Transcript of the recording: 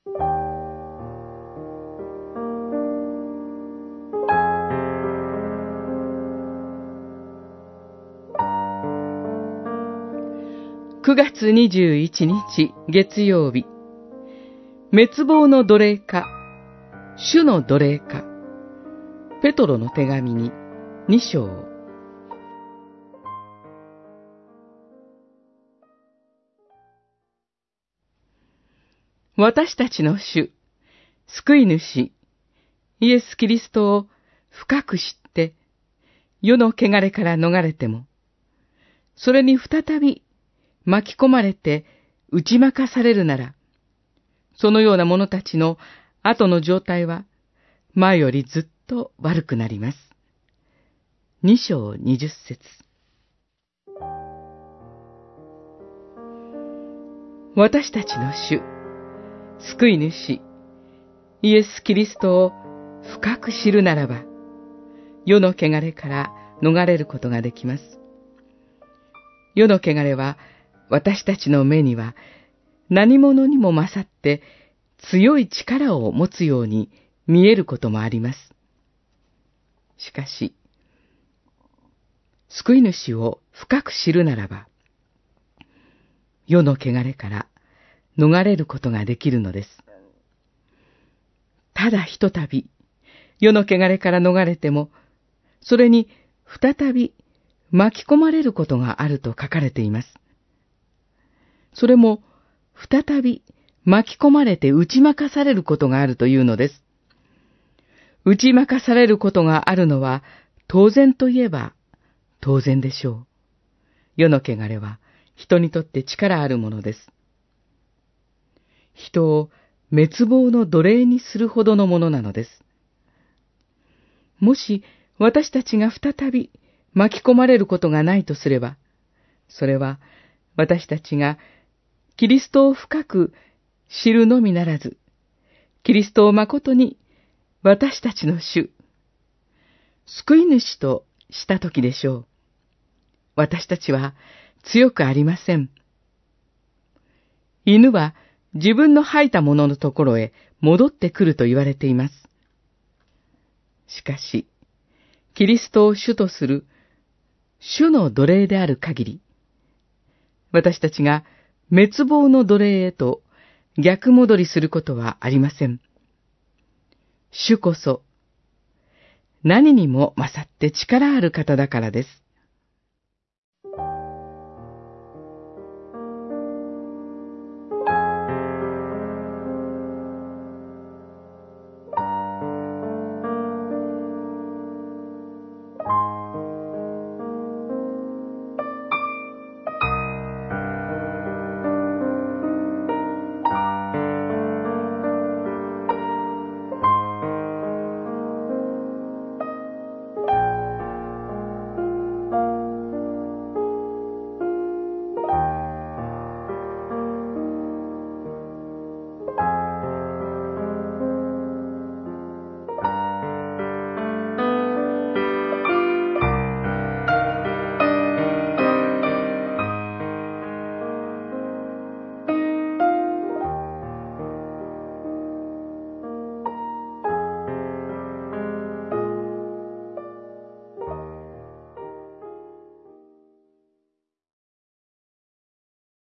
9月21日月曜日、滅亡の奴隷か、主の奴隷か、ペトロの手紙に2章。私たちの主、救い主、イエス・キリストを深く知って、世の汚れから逃れても、それに再び巻き込まれて打ち負かされるなら、そのような者たちの後の状態は前よりずっと悪くなります。2章20節。私たちの主、救い主、イエス・キリストを深く知るならば、世の汚れから逃れることができます。世の汚れは私たちの目には何者にも勝って強い力を持つように見えることもあります。しかし、救い主を深く知るならば、世の汚れから逃れることができるのです。ただひとたび世の汚れから逃れても、それに再び巻き込まれることがあると書かれています。それも再び巻き込まれて打ち負かされることがあるというのです。打ち負かされることがあるのは当然といえば当然でしょう。世の汚れは人にとって力あるものです。人を滅亡の奴隷にするほどのものなのです。もし私たちが再び巻き込まれることがないとすれば、それは私たちがキリストを深く知るのみならず、キリストを誠に私たちの主、救い主としたときでしょう。私たちは強くありません。犬は自分の吐いたもののところへ戻ってくると言われています。しかし、キリストを主とする主の奴隷である限り、私たちが滅亡の奴隷へと逆戻りすることはありません。主こそ何にも勝って力ある方だからです。